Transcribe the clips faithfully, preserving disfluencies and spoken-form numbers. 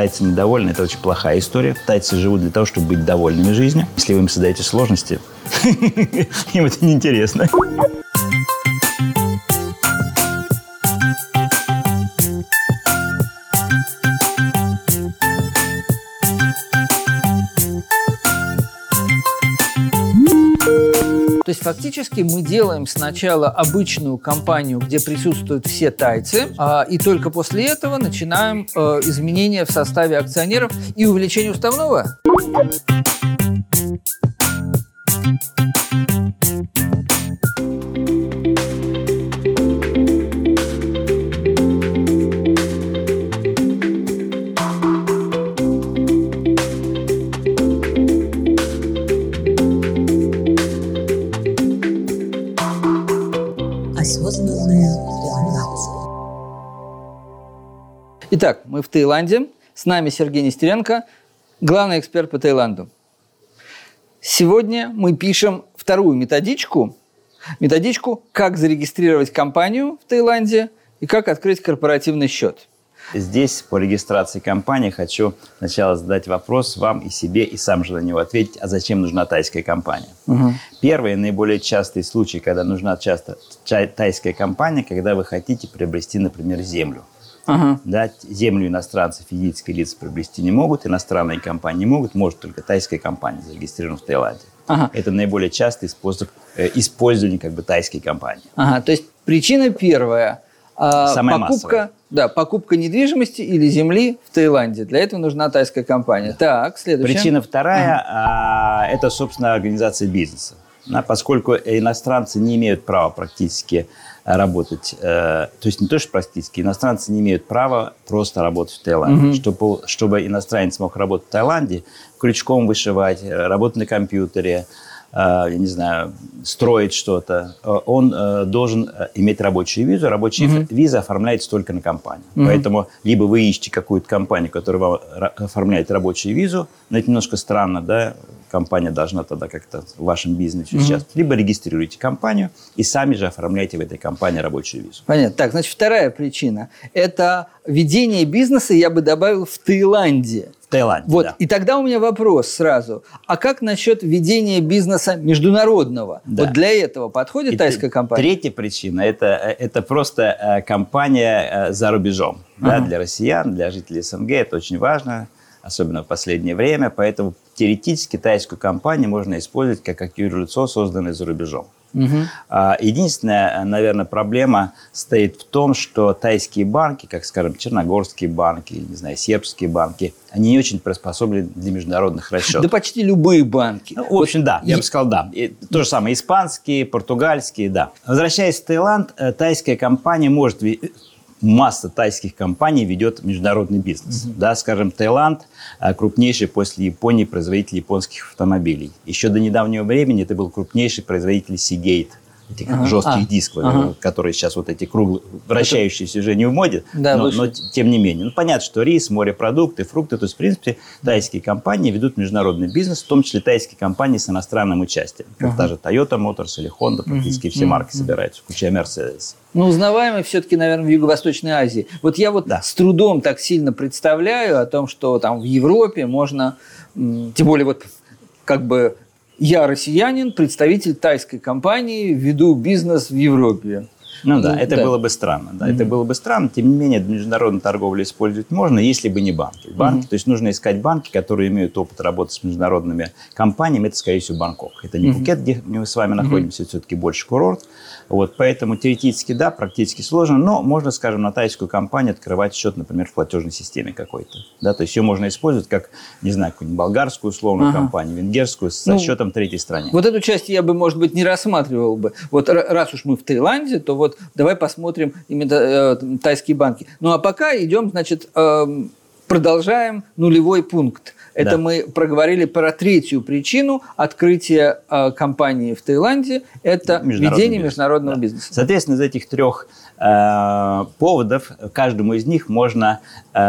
тайцы недовольны, это очень плохая история. Тайцы живут для того, чтобы быть довольными жизнью. Если вы им создаете сложности, им это неинтересно. То есть фактически мы делаем сначала обычную компанию, где присутствуют все тайцы, а, и только после этого начинаем э, изменения в составе акционеров и увеличение уставного. Итак, мы в Таиланде. С нами Сергей Нестеренко, главный эксперт по Таиланду. Сегодня мы пишем вторую методичку. Методичку, как зарегистрировать компанию в Таиланде и как открыть корпоративный счет. Здесь по регистрации компании хочу сначала задать вопрос вам и себе, и сам же на него ответить, а зачем нужна тайская компания? Угу. Первый, наиболее частый случай, когда нужна часто тайская компания, когда вы хотите приобрести, например, землю. Ага. Да, землю иностранцы, физические лица приобрести не могут, иностранные компании не могут, может только тайская компания, зарегистрирована в Таиланде. Ага. Это наиболее частый способ э, использования как бы тайской компании. Ага, то есть причина первая э, самая покупка, массовая. Да, покупка недвижимости или земли в Таиланде. Для этого нужна тайская компания. Да. Так, следующая. Причина вторая ага. э, это, собственно, организация бизнеса. Да, поскольку иностранцы не имеют права практически работать, э, то есть не то, что практически, иностранцы не имеют права просто работать в Таиланде. Угу. Чтобы, чтобы иностранец мог работать в Таиланде, крючком вышивать, работать на компьютере, э, я не знаю, строить что-то, он э, должен иметь рабочую визу. Рабочая угу. виза оформляется только на компанию. Угу. Поэтому либо вы ищете какую-то компанию, которая вам оформляет рабочую визу, но это немножко странно, да, компания должна тогда как-то в вашем бизнесе mm-hmm. участвовать. Либо регистрируете компанию и сами же оформляете в этой компании рабочую визу. Понятно. Так, значит, вторая причина – это ведение бизнеса, я бы добавил, в Таиланде. В Таиланде, вот. Да. И тогда у меня вопрос сразу. А как насчет ведения бизнеса международного? Да. Вот для этого подходит и тайская компания? Третья причина – это, это просто компания за рубежом. Uh-huh. Да, для россиян, для жителей СНГ это очень важно, особенно в последнее время. Поэтому теоретически тайскую компанию можно использовать как, как юрлицо, созданное за рубежом. Угу. Единственная, наверное, проблема стоит в том, что тайские банки, как, скажем, черногорские банки, не знаю, сербские банки, они не очень приспособлены для международных расчетов. Да почти любые банки. Ну, в общем, да, я бы сказал, да. И то же самое испанские, португальские, да. Возвращаясь в Таиланд, тайская компания может... Масса тайских компаний ведет международный бизнес. Mm-hmm. Да, скажем, Таиланд крупнейший после Японии производитель японских автомобилей. Еще до недавнего времени это был крупнейший производитель Seagate, этих ага. жестких а. дисков, ага. которые сейчас вот эти круглые, вращающиеся уже не в моде, да, но, но тем не менее. Ну, понятно, что рис, морепродукты, фрукты, то есть, в принципе, тайские компании ведут международный бизнес, в том числе тайские компании с иностранным участием, как ага. та же Toyota Motors или Honda, практически угу. все марки угу. собираются, включая Mercedes. Ну, узнаваемый все-таки, наверное, в Юго-Восточной Азии. Вот я вот да. с трудом так сильно представляю о том, что там в Европе можно, тем более вот как бы я россиянин, представитель тайской компании, веду бизнес в Европе. Ну да, это да. было бы странно. Да, mm-hmm. Это было бы странно. Тем не менее, международную торговлю использовать можно, если бы не банки. Банки, mm-hmm. то есть нужно искать банки, которые имеют опыт работы с международными компаниями. Это, скорее всего, Бангкок. Это не mm-hmm. Пхукет, где мы с вами находимся, mm-hmm. это все-таки больше курорт. Вот, поэтому теоретически да, практически сложно, но можно, скажем, на тайскую компанию открывать счет, например, в платежной системе какой-то. Да, то есть ее можно использовать как, не знаю, какую-нибудь болгарскую условную ага. компанию, венгерскую с ну, счетом в третьей стране. Вот эту часть я бы, может быть, не рассматривал бы. Вот раз уж мы в Таиланде, то вот давай посмотрим именно э, тайские банки. Ну а пока идем, значит, э, продолжаем нулевой пункт. Это да. мы проговорили про третью причину открытия э, компании в Таиланде. Это ведение международного да. бизнеса. Соответственно, из этих трех э, поводов, каждому из них можно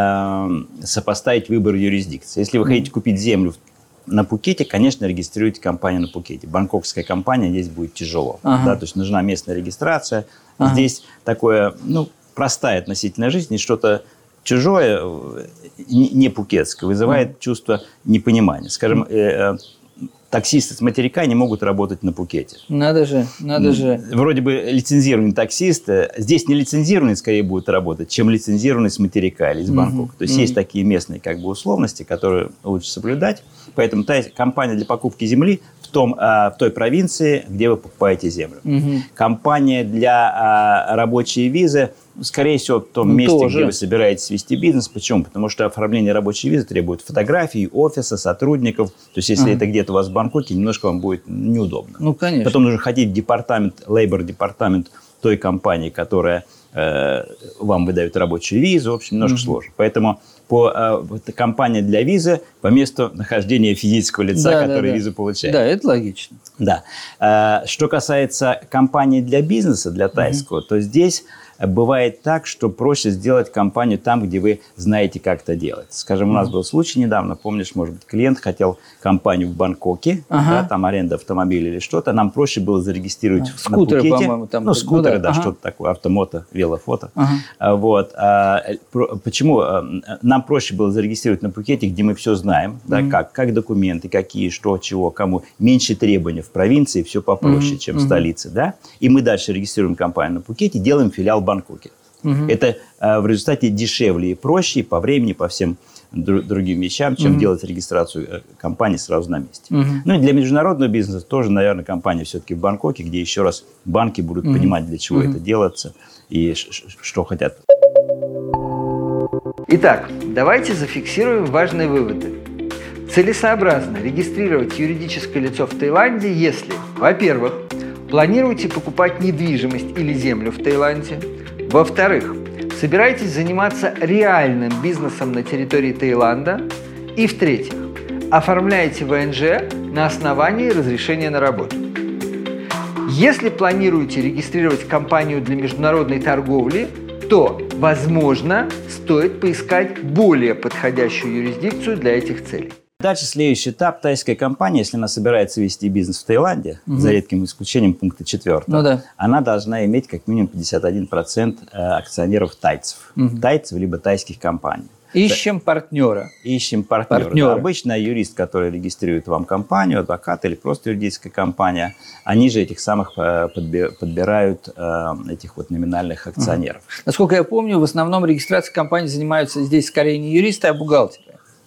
э, сопоставить выбор юрисдикции. Если вы mm-hmm. хотите купить землю на Пхукете, конечно, регистрируйте компанию на Пхукете. Бангкокская компания здесь будет тяжело. Ага. Да, то есть нужна местная регистрация. Ага. Здесь такое, ну, простая относительно жизнь, и что-то чужое, не пукетское, вызывает mm. чувство непонимания. Скажем, э, таксисты с материка не могут работать на Пукете. Надо же, надо же. Вроде бы лицензированные таксисты. Здесь не лицензированные скорее будут работать, чем лицензированные с материка или из Бангкока. Mm-hmm. То есть mm-hmm. есть такие местные как бы условности, которые лучше соблюдать. Поэтому та компания для покупки земли в, том, в той провинции, где вы покупаете землю. Mm-hmm. Компания для рабочей визы, скорее всего, в том ну, месте, тоже. где вы собираетесь вести бизнес. Почему? Потому что оформление рабочей визы требует фотографий, офиса, сотрудников. То есть, если ага. это где-то у вас в Бангкоке, немножко вам будет неудобно. Ну, конечно. Потом нужно ходить в департамент, лейбор-департамент той компании, которая э, вам выдает рабочую визу. В общем, немножко угу. сложно. Поэтому по, э, компания для визы по месту нахождения физического лица, да, который да, да. визу получает. Да, это логично. Да. Э, что касается компании для бизнеса, для тайского, угу. то здесь... Бывает так, что проще сделать компанию там, где вы знаете, как это делать. Скажем, у нас mm-hmm. был случай недавно, помнишь, может быть, клиент хотел компанию в Бангкоке, ага. да, там аренда автомобиля или что-то, нам проще было зарегистрировать а, на скутеры, Пукете. По-моему, там ну, скутеры, ну, да, да, ага. что-то такое, автомото, велофото. Ага. Вот. Почему? Нам проще было зарегистрировать на Пукете, где мы все знаем, mm-hmm. да, как, как документы, какие, что, чего, кому. Меньше требований в провинции, все попроще, mm-hmm. чем в столице. Да? И мы дальше регистрируем компанию на Пукете, делаем филиал в Бангкоке. Угу. Это э, в результате дешевле и проще и по времени, по всем дру- другим вещам, чем угу. делать регистрацию э, компании сразу на месте. Угу. Ну и для международного бизнеса тоже, наверное, компания все-таки в Бангкоке, где еще раз банки будут угу. понимать, для чего угу. это делается и ш- ш- что хотят. Итак, давайте зафиксируем важные выводы. Целесообразно регистрировать юридическое лицо в Таиланде, если, во-первых, планируете покупать недвижимость или землю в Таиланде. Во-вторых, собираетесь заниматься реальным бизнесом на территории Таиланда. И в-третьих, оформляете вэ эн жэ на основании разрешения на работу. Если планируете регистрировать компанию для международной торговли, то, возможно, стоит поискать более подходящую юрисдикцию для этих целей. Дальше следующий этап. Тайская компания, если она собирается вести бизнес в Таиланде, угу. за редким исключением пункта четвертого, ну, да. она должна иметь как минимум пятьдесят один процент акционеров тайцев. Угу. Тайцев либо тайских компаний. Ищем партнера. Ищем партнера. партнера. Да, обычно юрист, который регистрирует вам компанию, адвокат или просто юридическая компания, они же этих самых подбирают этих вот номинальных акционеров. Угу. Насколько я помню, в основном регистрацией компании занимаются здесь скорее не юристы, а бухгалтеры.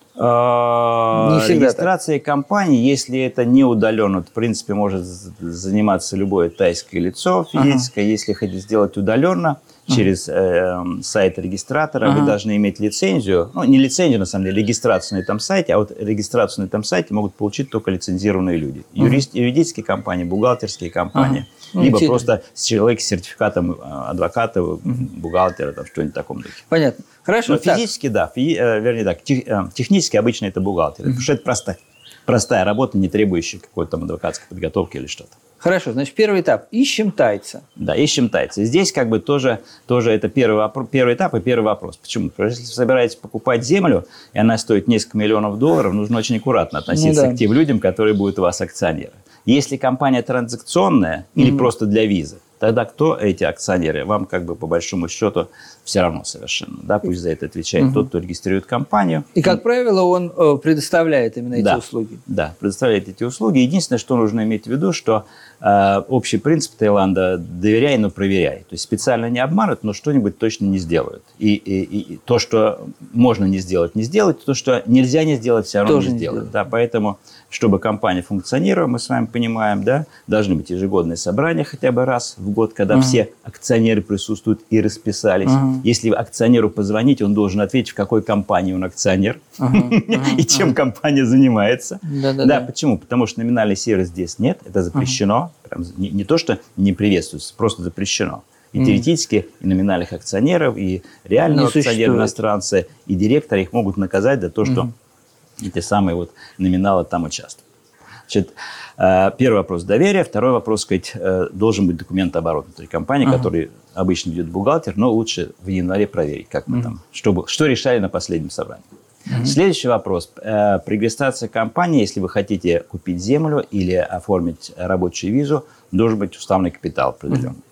Регистрация компании, если это не удаленно, то, в принципе, может заниматься любое тайское лицо физическое. Ага. Если хотите сделать удаленно, ага. через э, сайт регистратора, ага. вы должны иметь лицензию. Ну, не лицензию, на самом деле, регистрацию на этом сайте, а вот регистрацию на этом сайте могут получить только лицензированные люди. Ага. Юрист, юридические компании, бухгалтерские компании. Ага. Либо ну, просто человек с сертификатом адвоката, ага. бухгалтера, там, что-нибудь в таком духе. Понятно. Хорошо. Но физически, так. да, фи, э, вернее так, тех, э, технически обычно это бухгалтер. Mm-hmm. Потому что это простая, простая работа, не требующая какой-то там адвокатской подготовки или что-то. Хорошо, значит, первый этап. Ищем тайца. Да, ищем тайца. Здесь как бы тоже, тоже это первый, первый этап и первый вопрос. Почему? Потому что если вы собираетесь покупать землю, и она стоит несколько миллионов долларов, нужно очень аккуратно относиться ну, да. к тем людям, которые будут у вас акционеры. Если компания транзакционная mm-hmm. или просто для визы, тогда кто эти акционеры? Вам как бы по большому счету все равно совершенно. Да? Пусть за это отвечает угу. тот, кто регистрирует компанию. И, как правило, он предоставляет именно эти да, услуги. Да, предоставляет эти услуги. Единственное, что нужно иметь в виду, что э, общий принцип Таиланда – доверяй, но проверяй. То есть специально не обманут, но что-нибудь точно не сделают. И, и, и то, что можно не сделать, не сделать. То, что нельзя не сделать, все равно Тоже не сделать. Да? Поэтому, чтобы компания функционировала, мы с вами понимаем, да, должны быть ежегодные собрания хотя бы раз в год, когда uh-huh. все акционеры присутствуют и расписались. Uh-huh. Если акционеру позвонить, он должен ответить, в какой компании он акционер uh-huh. Uh-huh. и чем uh-huh. компания занимается. Да, да, почему? Потому что номинальный сервис здесь нет, это запрещено. Uh-huh. Прям не, не то, что не приветствуется, просто запрещено. И uh-huh. теоретически и номинальных акционеров, и реального акционера иностранца, и директора их могут наказать за то, что uh-huh. эти самые вот номиналы там участвуют. Значит, первый вопрос – доверие. Второй вопрос, сказать, должен быть документооборот внутри компании, ага. который обычно ведет бухгалтер, но лучше в январе проверить, как мы mm. там, что, что решали на последнем собрании. Mm-hmm. Следующий вопрос. При регистрации компании, если вы хотите купить землю или оформить рабочую визу, должен быть уставный капитал определенный. Mm-hmm.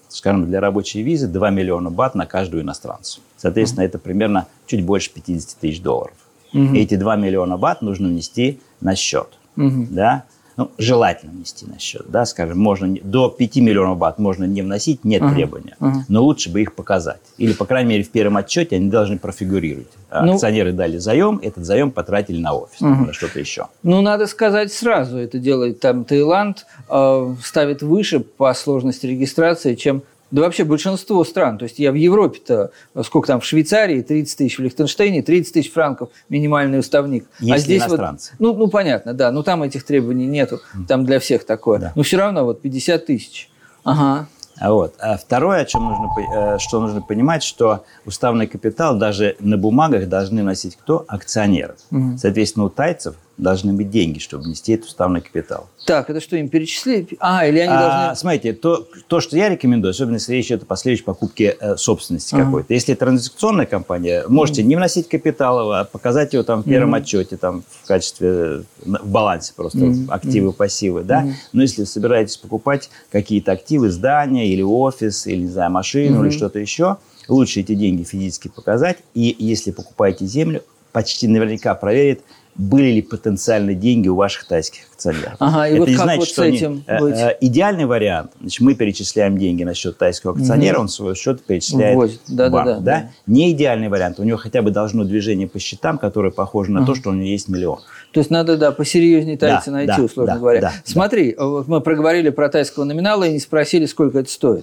Скажем, для рабочей визы два миллиона бат на каждую иностранцу. Соответственно, mm-hmm. это примерно чуть больше пятьдесят тысяч долларов. Mm-hmm. И эти два миллиона бат нужно внести на счет. Mm-hmm. Да? Ну, желательно внести на счет. Да? Скажем, можно, до пяти миллионов бат можно не вносить, нет uh-huh. требования. Uh-huh. Но лучше бы их показать. Или, по крайней мере, в первом отчете они должны профигурировать. Ну, акционеры дали заем, этот заем потратили на офис, uh-huh. на что-то еще. Ну, надо сказать сразу, это делает там Таиланд, э, ставит выше по сложности регистрации, чем... Да вообще большинство стран. То есть я в Европе-то, сколько там, в Швейцарии тридцать тысяч, в Лихтенштейне тридцать тысяч франков минимальный уставник. Если а здесь иностранцы. Вот, ну, ну, понятно, да. Ну, там этих требований нету. Там для всех такое. Да. Но все равно вот пятьдесят тысяч. Ага. А вот. А второе, о чем нужно, что нужно понимать, что уставный капитал даже на бумагах должны носить кто? Акционеры. Угу. Соответственно, у тайцев должны быть деньги, чтобы внести этот уставный капитал. Так, это что, им перечислили? А, или они а, должны... Смотрите, то, то, что я рекомендую, особенно если речь идет о последующей покупке э, собственности ага. какой-то. Если это транзакционная компания, можете mm. не вносить капитал, а показать его там в первом mm. отчете, там, в качестве, в балансе просто, mm. активы, пассивы. Да? Mm. Но если вы собираетесь покупать какие-то активы, здания или офис, или, не знаю, машину, mm. или что-то еще, лучше эти деньги физически показать. И если покупаете землю, почти наверняка проверит, были ли потенциальные деньги у ваших тайских акционеров. Ага, и это вот не как значит, вот что с этим они, быть? Э, идеальный вариант. Значит, мы перечисляем деньги на счет тайского акционера, угу. он свой счет перечисляет Ввозит. Да, в банк. да, да, да? да. Не идеальный вариант. У него хотя бы должно движение по счетам, которое похоже на ага. то, что у него есть миллион. То есть надо, да, посерьезнее тайцы да, найти, да, условно да, говоря. Да, Смотри, да. вот мы проговорили про тайского номинала и не спросили, сколько это стоит.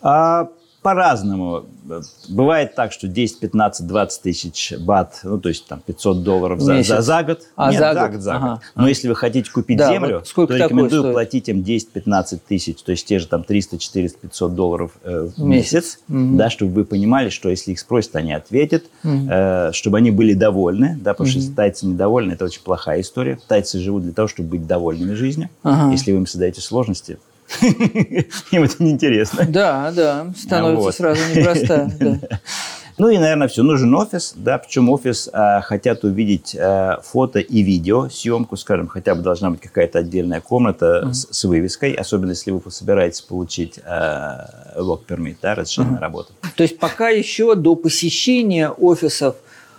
А, по-разному. Бывает так, что десять, пятнадцать, двадцать тысяч бат, ну, то есть там пятьсот долларов за, за, за год. А, Нет, за, за год, год, за ага. год. Но если вы хотите купить да, землю, вот то рекомендую стоит? платить им десять-пятнадцать тысяч, то есть те же там триста, четыреста, пятьсот долларов э, в месяц, месяц угу. да, чтобы вы понимали, что если их спросят, они ответят, угу. э, чтобы они были довольны, да, потому угу. что если тайцы недовольны, это очень плохая история. Тайцы живут для того, чтобы быть довольными жизнью. Ага. Если вы им создаете сложности, им это неинтересно. Да, да, становится вот. Сразу непросто. Да. Ну и, наверное, все. Нужен офис, да, причем офис а, хотят увидеть а, фото и видео съемку, скажем, хотя бы должна быть какая-то отдельная комната mm-hmm. с, с вывеской, особенно если вы собираетесь получить а, work permit, да, разрешение mm-hmm. на работу. То есть пока еще до посещения офисов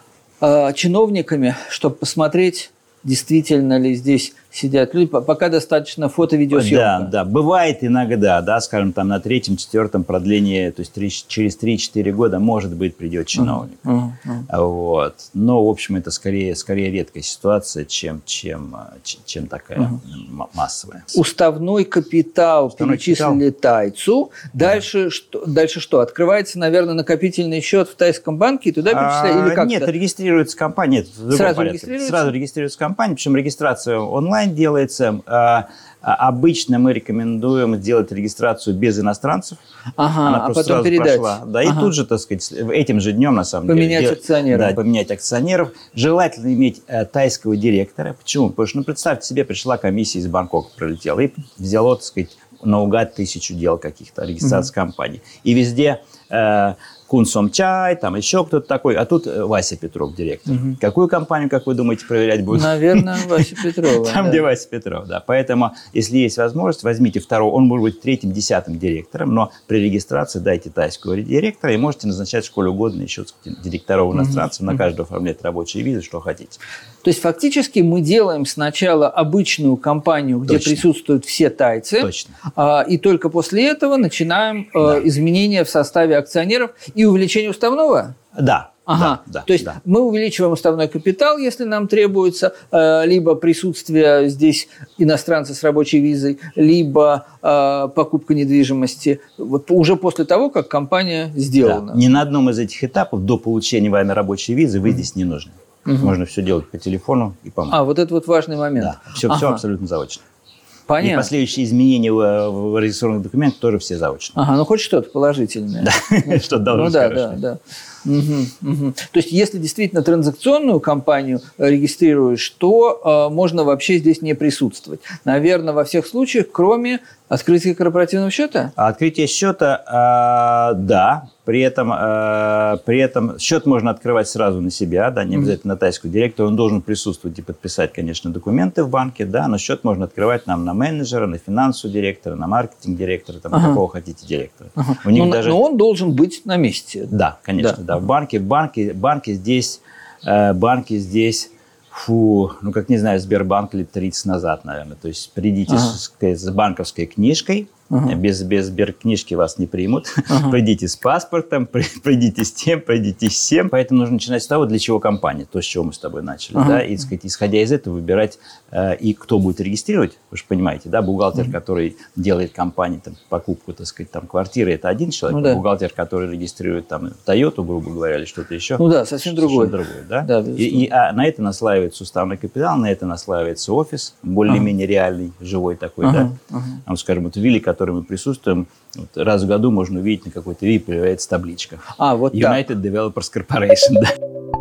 а, чиновниками, чтобы посмотреть, действительно ли здесь сидят люди, пока достаточно фото-видеосъемка. Да, да, бывает иногда, да, скажем, там на третьем, четвертом продлении, то есть три, через три-четыре года, может быть, придет чиновник. Uh-huh, uh-huh. Вот. Но, в общем, это скорее, скорее редкая ситуация, чем, чем, чем такая uh-huh. массовая. Уставной капитал Уставной перечислили капитал. Тайцу. Дальше, uh-huh. что, дальше что? Открывается, наверное, накопительный счет в тайском банке, и туда перечисляют? Или как-то? Нет, регистрируется компания. Нет, в Сразу регистрируется? Сразу регистрируется компания, причем регистрация онлайн делается. А, а, обычно мы рекомендуем сделать регистрацию без иностранцев. Ага, Она а просто потом сразу передать. прошла. Да, ага. И тут же, так сказать, этим же днем, на самом поменять деле... Поменять акционеров. Да, поменять акционеров. Желательно иметь э, тайского директора. Почему? Потому что, ну, представьте себе, пришла комиссия из Бангкока, прилетела и взяла, так сказать, наугад тысячу дел каких-то, регистрации угу. компаний. И везде... Э, Кун Сом Чай, там еще кто-то такой, а тут Вася Петров, директор. Угу. Какую компанию, как вы думаете, проверять будут? Наверное, Вася Петрова. Там, да. где Вася Петров, да. Поэтому, если есть возможность, возьмите второго, он может быть третьим, десятым директором, но при регистрации дайте тайского директора и можете назначать сколь угодно еще директоров иностранцев, угу. на каждого оформлять рабочие визы, что хотите. То есть, фактически, мы делаем сначала обычную компанию, где Точно. Присутствуют все тайцы, Точно. А, и только после этого начинаем да. а, изменения в составе акционеров и увеличение уставного? Да. Ага, да, да, то есть да. мы увеличиваем уставной капитал, если нам требуется, либо присутствие здесь иностранца с рабочей визой, либо покупка недвижимости вот уже после того, как компания сделана. Да. Ни на одном из этих этапов до получения вами рабочей визы вы mm-hmm. здесь не нужны. Mm-hmm. Можно все делать по телефону и по А, вот это вот важный момент. Да, все, ага. все абсолютно заочно. Понятно. И последующие изменения в регистрационных документах тоже все заочно. Ага, ну хоть что-то положительное. Да, что-то должно быть хорошо. Угу, угу. То есть, если действительно транзакционную компанию регистрируешь, то э, можно вообще здесь не присутствовать. Наверное, во всех случаях, кроме открытия корпоративного счета? Открытие счета, э, да. При этом, э, при этом счет можно открывать сразу на себя, да, не обязательно на тайского директора. Он должен присутствовать и подписать, конечно, документы в банке, да, но счет можно открывать нам на менеджера, на финансового директора, на маркетинг-директора, там, ага. какого хотите директора. Ага. У них но, даже... но он должен быть на месте. Да, конечно, да. да. В банке, в банке, банки здесь, э, банки здесь, фу, ну, как, не знаю, Сбербанк лет тридцать назад, наверное. То есть придите ага. с, с банковской книжкой, Uh-huh. Без, без сберкнижки вас не примут. Uh-huh. Придите с паспортом, при, придите с тем, придите с тем. Поэтому нужно начинать с того, для чего компания, то, с чего мы с тобой начали. Uh-huh. Да? И, сказать, исходя из этого, выбирать, э, и кто будет регистрировать. Вы же понимаете, да, бухгалтер, uh-huh. который делает компании, там, покупку, так сказать, там, квартиры, это один человек. Ну, да. Бухгалтер, который регистрирует там Toyota, грубо говоря, или что-то еще. Ну да, совсем другой. другой да? Да, и, и а на это наслаивается уставный капитал, на это наслаивается офис, более-менее uh-huh. реальный, живой такой, uh-huh. да. Uh-huh. Там, скажем, вот вилли, который мы присутствуем, вот раз в году можно увидеть на какой-то ви появляется табличка. А, вот United так. Developers Corporation, да.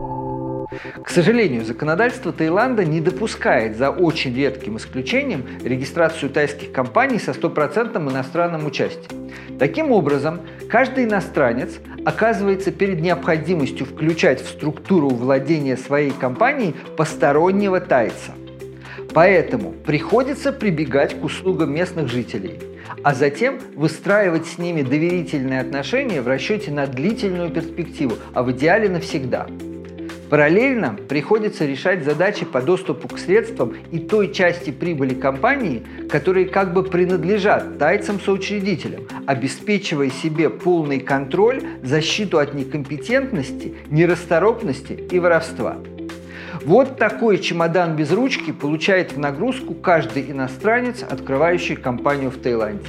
К сожалению, законодательство Таиланда не допускает, за очень редким исключением, регистрацию тайских компаний со стопроцентным иностранным участием. Таким образом, каждый иностранец оказывается перед необходимостью включать в структуру владения своей компанией постороннего тайца. Поэтому приходится прибегать к услугам местных жителей, а затем выстраивать с ними доверительные отношения в расчете на длительную перспективу, а в идеале навсегда. Параллельно приходится решать задачи по доступу к средствам и той части прибыли компании, которые как бы принадлежат тайцам-соучредителям, обеспечивая себе полный контроль, защиту от некомпетентности, нерасторопности и воровства. Вот такой чемодан без ручки получает в нагрузку каждый иностранец, открывающий компанию в Таиланде.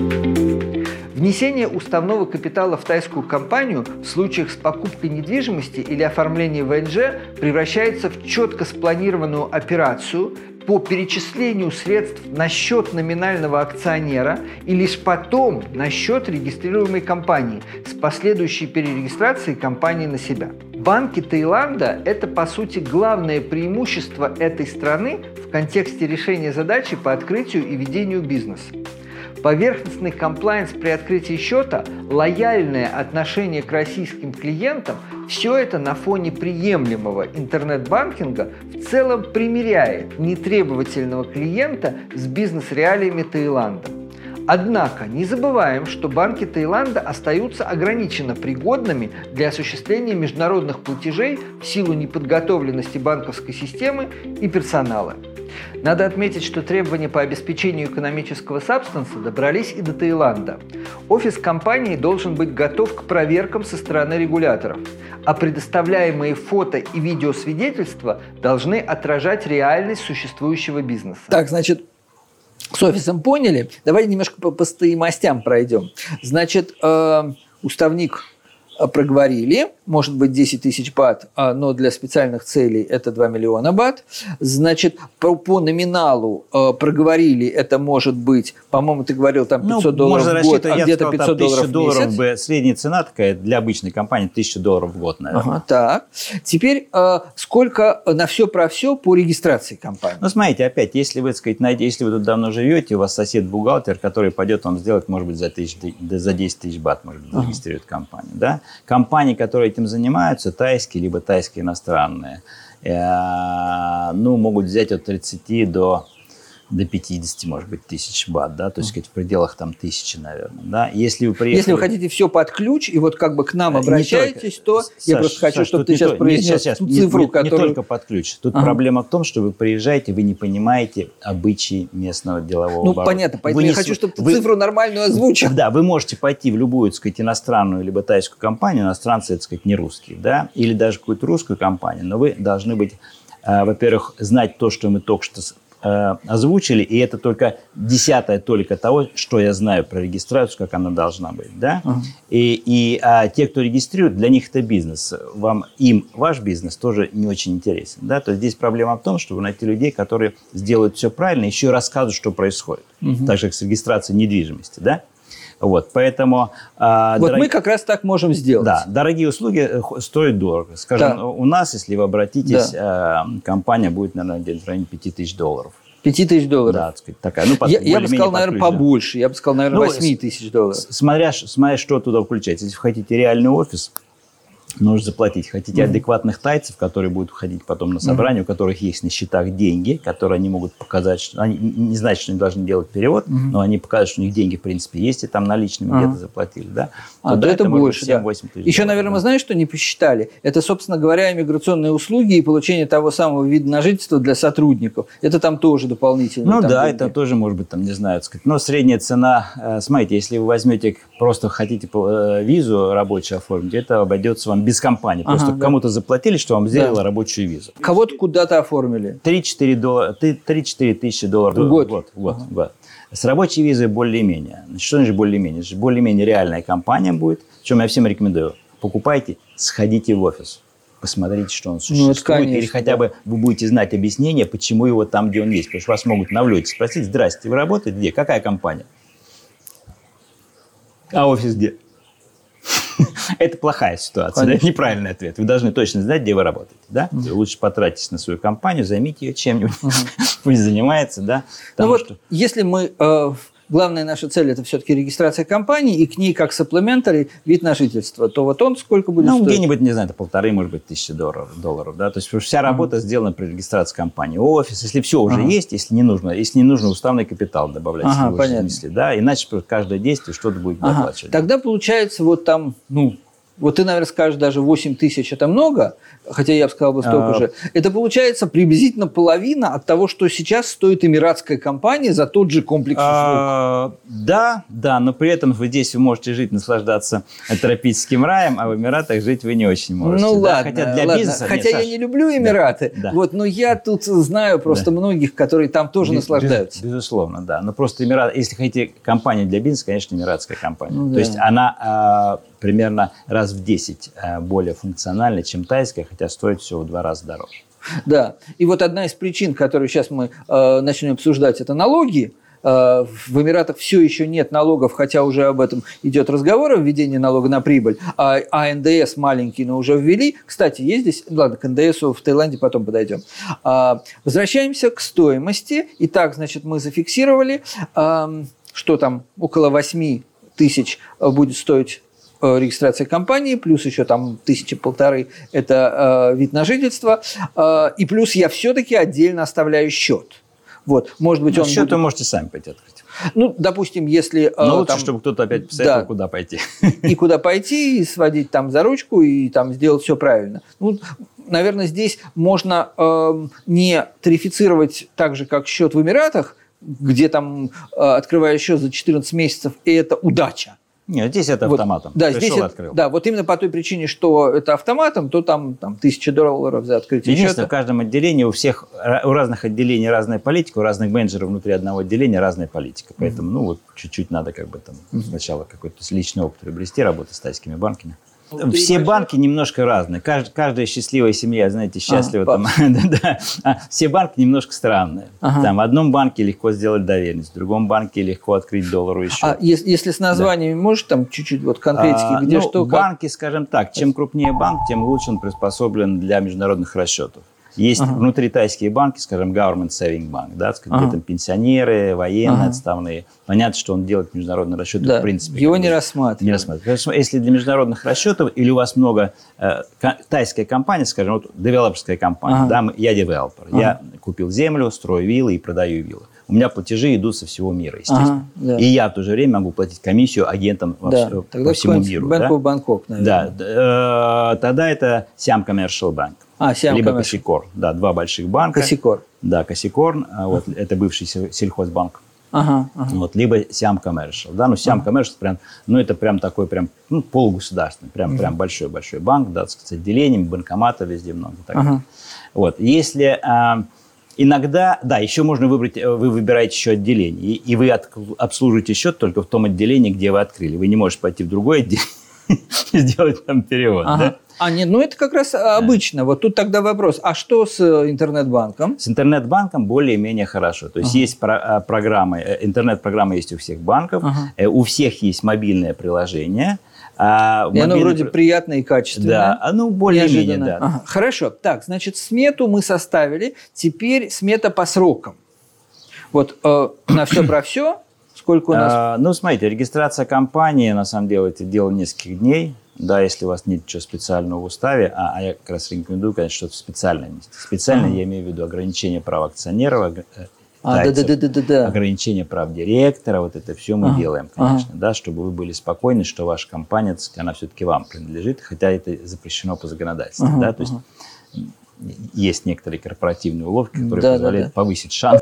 Внесение уставного капитала в тайскую компанию в случаях с покупкой недвижимости или оформлением вэ эн жэ превращается в четко спланированную операцию по перечислению средств на счет номинального акционера и лишь потом на счет регистрируемой компании с последующей перерегистрацией компании на себя. Банки Таиланда – это, по сути, главное преимущество этой страны в контексте решения задачи по открытию и ведению бизнеса. Поверхностный комплаенс при открытии счета, лояльное отношение к российским клиентам – все это на фоне приемлемого интернет-банкинга в целом примиряет нетребовательного клиента с бизнес-реалиями Таиланда. Однако не забываем, что банки Таиланда остаются ограниченно пригодными для осуществления международных платежей в силу неподготовленности банковской системы и персонала. Надо отметить, что требования по обеспечению экономического сабстанса добрались и до Таиланда. Офис компании должен быть готов к проверкам со стороны регуляторов, а предоставляемые фото и видеосвидетельства должны отражать реальность существующего бизнеса. Так, значит, с офисом поняли. Давайте немножко по, по стоимостям пройдем. Значит, э, уставник проговорили, может быть десять тысяч бат, но для специальных целей это два миллиона бат. Значит, по, по номиналу э, проговорили, это может быть, по-моему, ты говорил, там пятьсот ну, долларов в год, а где-то пятьсот долларов в месяц. Средняя цена такая для обычной компании тысяча долларов в год, наверное. Ага, так. Теперь э, сколько на все про все по регистрации компании? Ну, смотрите, опять, если вы, так сказать, если вы тут давно живете, у вас сосед-бухгалтер, который пойдет вам сделать, может быть, за, тысяч, за десять тысяч бат, может быть, зарегистрирует ага. компанию, да? Компании, которые этим занимаются, тайские, либо тайские иностранные, э, ну, могут взять от тридцати до, до пятидесяти, может быть, тысяч бат, да, то есть, сказать, в пределах там тысячи, наверное, да. Если вы приехали... Если вы хотите все под ключ и вот как бы к нам обращаетесь, то Саш, я просто хочу, Саш, чтобы ты сейчас произнес цифру, не, не, которую... Не только под ключ. Тут ага. проблема в том, что вы приезжаете, вы не понимаете обычаи местного делового Ну, оборота. понятно, поэтому вы я не... хочу, чтобы ты вы... цифру нормальную озвучил. Да, вы можете пойти в любую, так сказать, иностранную либо тайскую компанию, иностранцы, так сказать, не русские, да, или даже какую-то русскую компанию, но вы должны быть, э, во-первых, знать то, что мы только что озвучили, и это только десятая толика того, что я знаю про регистрацию, как она должна быть, да, uh-huh. и, и а, те, кто регистрирует, для них это бизнес, вам, им ваш бизнес тоже не очень интересен, да, то есть здесь проблема в том, чтобы найти людей, которые сделают все правильно, еще и рассказывают, что происходит, uh-huh. так же, как с регистрацией недвижимости, да. Вот, поэтому... Вот дорог... мы как раз так можем сделать. Да, дорогие услуги стоят дорого. Скажем, да. у нас, если вы обратитесь, да. компания будет, наверное, где-то в районе пяти тысяч долларов. пяти тысяч долларов? Да, так сказать, такая. Ну, под, я, я бы сказал, наверное, побольше. Я бы сказал, наверное, ну, восемь тысяч долларов. Смотря, смотря, что туда включается. Если вы хотите реальный офис, нужно заплатить. Хотите mm-hmm. адекватных тайцев, которые будут ходить потом на собрание, mm-hmm. у которых есть на счетах деньги, которые они могут показать, что они не знают, что они должны делать перевод, mm-hmm. но они показывают, что у них деньги, в принципе, есть, и там наличными mm-hmm. где-то заплатили. Да? А, то это больше, да. Еще, долларов, наверное, да. мы знаем, что не посчитали. Это, собственно говоря, иммиграционные услуги и получение того самого вида на жительство для сотрудников. Это там тоже дополнительно. Ну да, деньги. Это тоже, может быть, там, не знаю, сказать. Но средняя цена, смотрите, если вы возьмете, просто хотите визу рабочую оформить, это обойдется вам без компании. Просто ага, кому-то да. заплатили, что вам сделала да. рабочую визу. Кого-то куда-то оформили. три-четыре тысячи долларов в год. год, год, ага. год. С рабочей визой более-менее. Что значит более-менее? Более-менее реальная компания будет. Чем я всем рекомендую. Покупайте, сходите в офис. Посмотрите, что он существует. Ну, конечно, или хотя да. бы вы будете знать объяснение, почему его там, где он есть. Потому что вас могут навлечь. Спросить: здрасте, вы работаете где? Какая компания? А офис где? Это плохая ситуация, да? Неправильный ответ. Вы должны точно знать, где вы работаете. Да? Mm-hmm. Лучше потратьтесь на свою компанию, займите ее чем-нибудь, mm-hmm. пусть занимается. Да? Ну вот, что... если мы... Э, главная наша цель – это все-таки регистрация компании, и к ней как сапплементарий вид на жительство, то вот он сколько будет ну, стоить? Ну, где-нибудь, не знаю, это полторы, может быть, тысячи долларов. долларов да? То есть вся работа mm-hmm. сделана при регистрации компании. Офис, если все уже uh-huh. есть, если не нужно, если не нужно уставный капитал добавлять, ага, если понятно. Внесли, да? Иначе каждое действие что-то будет ага. доплачивать. Тогда получается вот там, ну, вот ты, наверное, скажешь, даже восемь тысяч – это много, хотя я бы сказал бы столько а... же. Это получается приблизительно половина от того, что сейчас стоит эмиратская компания за тот же комплекс услуг. А... Да, да, но при этом вы здесь вы можете жить, наслаждаться тропическим раем, а в Эмиратах жить вы не очень можете. Ну да? ладно, хотя для ладно. бизнеса... Хотя нет, я Саш... не люблю Эмираты, да, вот, но я тут знаю просто да. многих, которые там тоже без, наслаждаются. Без, безусловно, да. Но просто Эмират, если хотите компанию для бизнеса, конечно, эмиратская компания. Ну, да. То есть она... А... примерно раз в десять более функциональна, чем тайская, хотя стоит всего в два раза дороже. Да. И вот одна из причин, которую сейчас мы э, начнем обсуждать, это налоги. Э, в Эмиратах все еще нет налогов, хотя уже об этом идет разговор, о введении налога на прибыль. А, а эн дэ эс маленький, но уже ввели. Кстати, есть здесь... Ладно, к эн дэ эсу в Таиланде потом подойдем. А, возвращаемся к стоимости. Итак, значит, мы зафиксировали, э, что там около восемь тысяч будет стоить регистрация компании, плюс еще там тысячи полторы – это э, вид на жительство, э, и плюс я все-таки отдельно оставляю счет. Вот, может быть, но он счет будет... вы можете сами пойти открыть. Ну, допустим, если... Но э, лучше, там... чтобы кто-то опять посоветовал, да. куда пойти. И куда пойти, и сводить там за ручку, и там сделать все правильно. Ну, наверное, здесь можно э, не тарифицировать так же, как счет в Эмиратах, где там э, открываешь счет за четырнадцать месяцев, и это удача. Нет, здесь это автоматом. Вот, да, Пришел, здесь открыл. Это, да, вот именно по той причине, что это автоматом, то там, там тысяча долларов за открытие счета. Единственное, в каждом отделении у всех, у разных отделений разная политика, у разных менеджеров внутри одного отделения разная политика. Поэтому, mm-hmm. ну, вот чуть-чуть надо как бы там mm-hmm. сначала какой-то личный опыт приобрести, работать с тайскими банками. Все банки немножко разные. Кажд, каждая счастливая семья, знаете, счастлива. А, там, да, да. А все банки немножко странные. Ага. Там, в одном банке легко сделать доверенность, в другом банке легко открыть долларовый счет. А если, если с названиями, да. можешь там чуть-чуть вот конкретики, а, где ну, что, банки, как? Скажем так, чем крупнее банк, тем лучше он приспособлен для международных расчетов. Есть ага. внутри тайские банки, скажем, Government Saving Bank, да, ага. где там пенсионеры, военные, ага. отставные. Понятно, что он делает международные расчеты, да. в принципе. Его не рассматривают. Не рассматривают. Если для международных расчетов, или у вас много... Э, тайская компания, скажем, вот девелоперская компания, ага. да, я девелопер, ага. я купил землю, строю виллы и продаю виллы. У меня платежи идут со всего мира, естественно. Ага, да. И я в то же время могу платить комиссию агентам да. во, по всему миру. Bank of Bangkok, наверное. Да. Э, тогда это Siam Commercial Bank. А, Siam либо Commercial. Косикор. Да, два больших банка. Косикор. Да, Косикор. Вот, ага. это бывший сельхозбанк. Ага, ага. Вот, либо Siam Commercial. Да, ну, Siam ага. Commercial прям, ну, это прям такой прям, ну, полугосударственный, прям, ага. прям большой-большой банк, да, с отделениями, банкоматов везде много. Так. Ага. Вот, если... А, иногда, да, еще можно выбрать, вы выбираете еще отделение, и, и вы от, обслуживаете счет только в том отделении, где вы открыли. Вы не можете пойти в другое отделение и сделать там перевод. Ага. Да? А нет, ну это как раз обычно. Вот тут тогда вопрос, а что с интернет-банком? С интернет-банком более-менее хорошо. То есть ага. есть про- программы, интернет-программа есть у всех банков, ага. у всех есть мобильное приложение. А и оно вроде приятное и качественное. Да, оно более-менее, да. Ага. Хорошо, так, значит, смету мы составили, теперь смета по срокам. Вот э, на все про все, сколько у нас... А, ну, смотрите, регистрация компании, на самом деле, это дело нескольких дней. Да, если у вас нет ничего специального в уставе, а, а я как раз рекомендую, конечно, что-то специальное нести. Специально ага. я имею в виду ограничение прав акционеров, а, тайцев, да, да, да, да, да. ограничение прав директора, вот это все мы ага. делаем, конечно, ага. да, чтобы вы были спокойны, что ваша компания, она все-таки вам принадлежит, хотя это запрещено по законодательству, ага. да, то есть ага. есть некоторые корпоративные уловки, которые да, позволяют да, да. повысить шанс.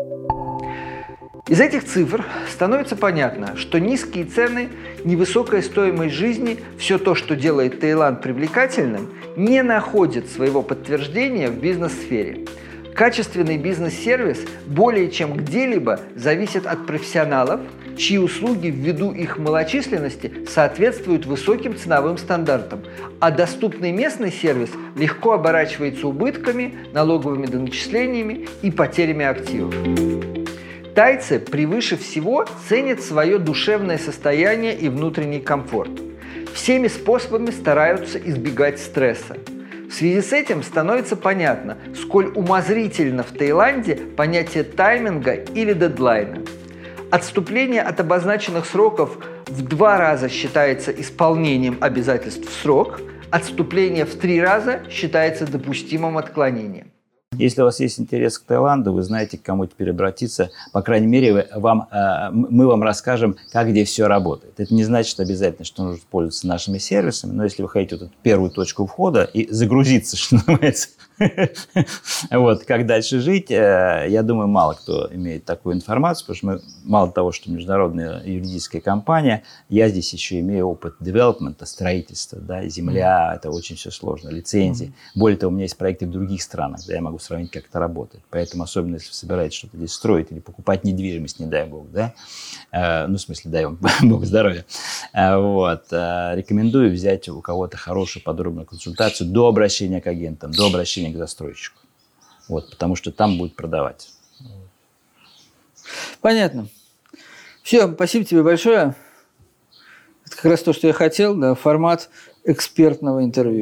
Из этих цифр становится понятно, что низкие цены, невысокая стоимость жизни, все то, что делает Таиланд привлекательным, не находит своего подтверждения в бизнес-сфере. Качественный бизнес-сервис более чем где-либо зависит от профессионалов, чьи услуги ввиду их малочисленности соответствуют высоким ценовым стандартам, а доступный местный сервис легко оборачивается убытками, налоговыми доначислениями и потерями активов. Тайцы превыше всего ценят свое душевное состояние и внутренний комфорт. Всеми способами стараются избегать стресса. В связи с этим становится понятно, сколь умозрительно в Таиланде понятие тайминга или дедлайна. Отступление от обозначенных сроков в два раза считается исполнением обязательств в срок, отступление в три раза считается допустимым отклонением. Если у вас есть интерес к Таиланду, вы знаете, к кому теперь обратиться. По крайней мере, вам, мы вам расскажем, как где все работает. Это не значит обязательно, что нужно пользоваться нашими сервисами, но если вы хотите вот эту первую точку входа и загрузиться, что называется, вот, как дальше жить, я думаю, мало кто имеет такую информацию, потому что мы, мало того, что международная юридическая компания, я здесь еще имею опыт девелопмента, строительства, да, земля, это очень все сложно, лицензии. Более того, у меня есть проекты в других странах, да, я могу сравнить, как это работает. Поэтому, особенно если вы собираетесь что-то здесь строить или покупать недвижимость, не дай бог, да, э, ну, в смысле, дай вам бог здоровья, э, вот, э, рекомендую взять у кого-то хорошую подробную консультацию до обращения к агентам, до обращения к застройщику, вот, потому что там будет продавать. Понятно. Все, спасибо тебе большое. Это как раз то, что я хотел, да, формат экспертного интервью.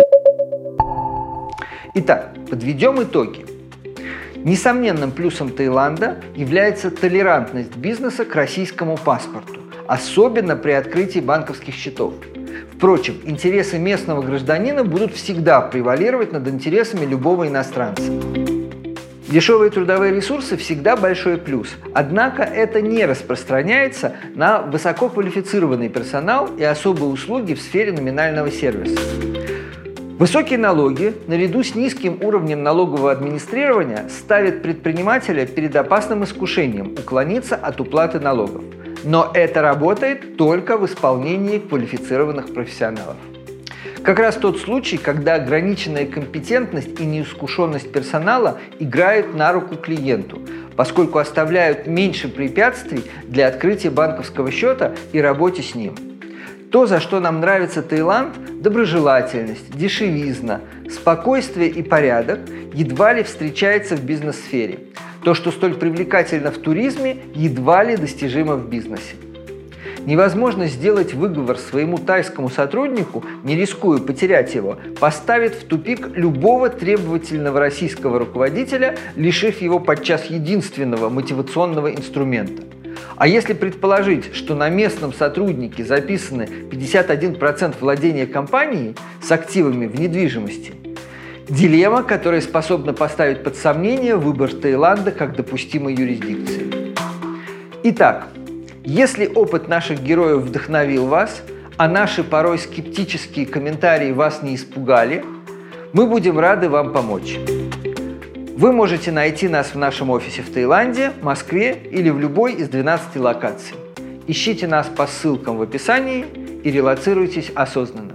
Итак, подведем итоги. Несомненным плюсом Таиланда является толерантность бизнеса к российскому паспорту, особенно при открытии банковских счетов. Впрочем, интересы местного гражданина будут всегда превалировать над интересами любого иностранца. Дешевые трудовые ресурсы всегда большой плюс, однако это не распространяется на высококвалифицированный персонал и особые услуги в сфере номинального сервиса. Высокие налоги, наряду с низким уровнем налогового администрирования, ставят предпринимателя перед опасным искушением уклониться от уплаты налогов. Но это работает только в исполнении квалифицированных профессионалов. Как раз тот случай, когда ограниченная компетентность и неискушенность персонала играют на руку клиенту, поскольку оставляют меньше препятствий для открытия банковского счета и работе с ним. То, за что нам нравится Таиланд – доброжелательность, дешевизна, спокойствие и порядок – едва ли встречается в бизнес-сфере. То, что столь привлекательно в туризме, едва ли достижимо в бизнесе. Невозможно сделать выговор своему тайскому сотруднику, не рискуя потерять его, поставит в тупик любого требовательного российского руководителя, лишив его подчас единственного мотивационного инструмента. А если предположить, что на местном сотруднике записаны пятьдесят один процент владения компанией с активами в недвижимости, дилемма, которая способна поставить под сомнение выбор Таиланда как допустимой юрисдикции. Итак, если опыт наших героев вдохновил вас, а наши порой скептические комментарии вас не испугали, мы будем рады вам помочь. Вы можете найти нас в нашем офисе в Таиланде, Москве или в любой из двенадцати локаций. Ищите нас по ссылкам в описании и релоцируйтесь осознанно.